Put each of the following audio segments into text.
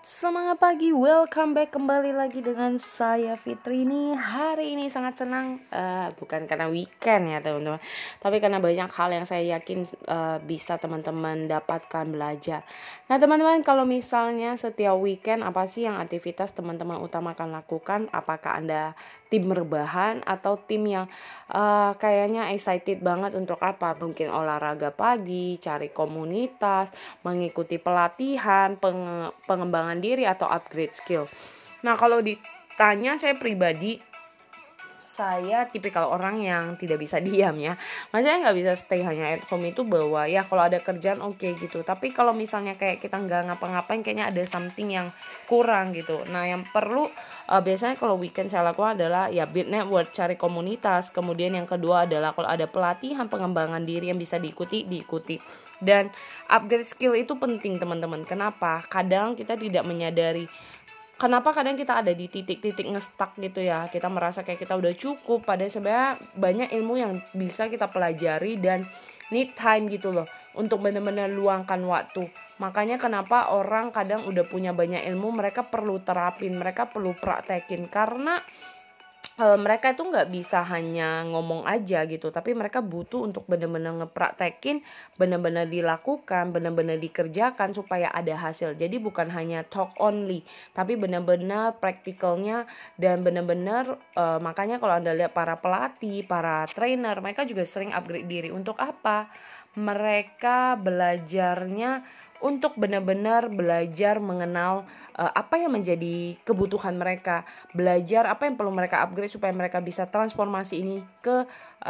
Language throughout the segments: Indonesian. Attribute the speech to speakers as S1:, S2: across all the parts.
S1: Semangat pagi, welcome back kembali lagi dengan saya Fitri nih. Hari ini sangat senang, bukan karena weekend ya teman-teman, tapi karena banyak hal yang saya yakin bisa teman-teman dapatkan belajar. Nah teman-teman, kalau misalnya setiap weekend apa sih yang aktivitas teman-teman utamakan lakukan? Apakah Anda tim rebahan atau tim yang kayaknya excited banget untuk apa? Mungkin olahraga pagi, cari komunitas, mengikuti pelatihan, pengembangan diri atau upgrade skill. Nah, kalau ditanya saya pribadi, saya tipikal orang yang tidak bisa diam ya. Maksudnya nggak bisa stay hanya at home itu bahwa ya kalau ada kerjaan oke gitu. Tapi kalau misalnya kayak kita nggak ngapa-ngapain kayaknya ada something yang kurang gitu. Nah yang perlu biasanya kalau weekend saya lakukan adalah ya build network, cari komunitas. Kemudian yang kedua adalah kalau ada pelatihan pengembangan diri yang bisa diikuti. Dan upgrade skill itu penting teman-teman. Kenapa? Kadang kita tidak menyadari. Kenapa kadang kita ada di titik-titik ngestak gitu ya. Kita merasa kayak kita udah cukup. Padahal sebenarnya banyak ilmu yang bisa kita pelajari dan need time gitu loh. Untuk benar-benar luangkan waktu. Makanya kenapa orang kadang udah punya banyak ilmu. Mereka perlu terapin. Mereka perlu praktekin. Karena mereka itu nggak bisa hanya ngomong aja gitu, tapi mereka butuh untuk benar-benar ngepraktekin, benar-benar dilakukan, benar-benar dikerjakan supaya ada hasil. Jadi bukan hanya talk only, tapi benar-benar praktikalnya dan benar-benar makanya kalau Anda lihat para pelatih, para trainer, mereka juga sering upgrade diri. Untuk apa? Mereka belajarnya untuk benar-benar belajar mengenal apa yang menjadi kebutuhan mereka, belajar apa yang perlu mereka upgrade supaya mereka bisa transformasi ini ke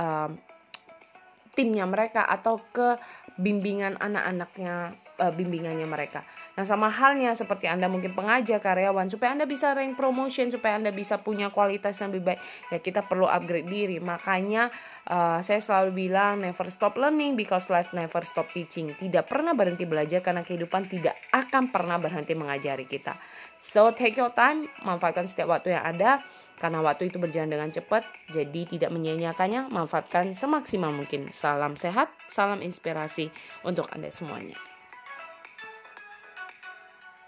S1: timnya mereka atau ke bimbingan anak-anaknya, bimbingannya mereka. Nah sama halnya seperti Anda mungkin pengajar karyawan, supaya Anda bisa rank promotion, supaya Anda bisa punya kualitas yang lebih baik, ya kita perlu upgrade diri. Makanya saya selalu bilang never stop learning because life never stop teaching. Tidak pernah berhenti belajar karena kehidupan tidak akan pernah berhenti mengajari kita. So take your time, manfaatkan setiap waktu yang ada. Karena waktu itu berjalan dengan cepat, jadi tidak menyia-nyiakannya, manfaatkan semaksimal mungkin. Salam sehat, salam inspirasi untuk Anda semuanya.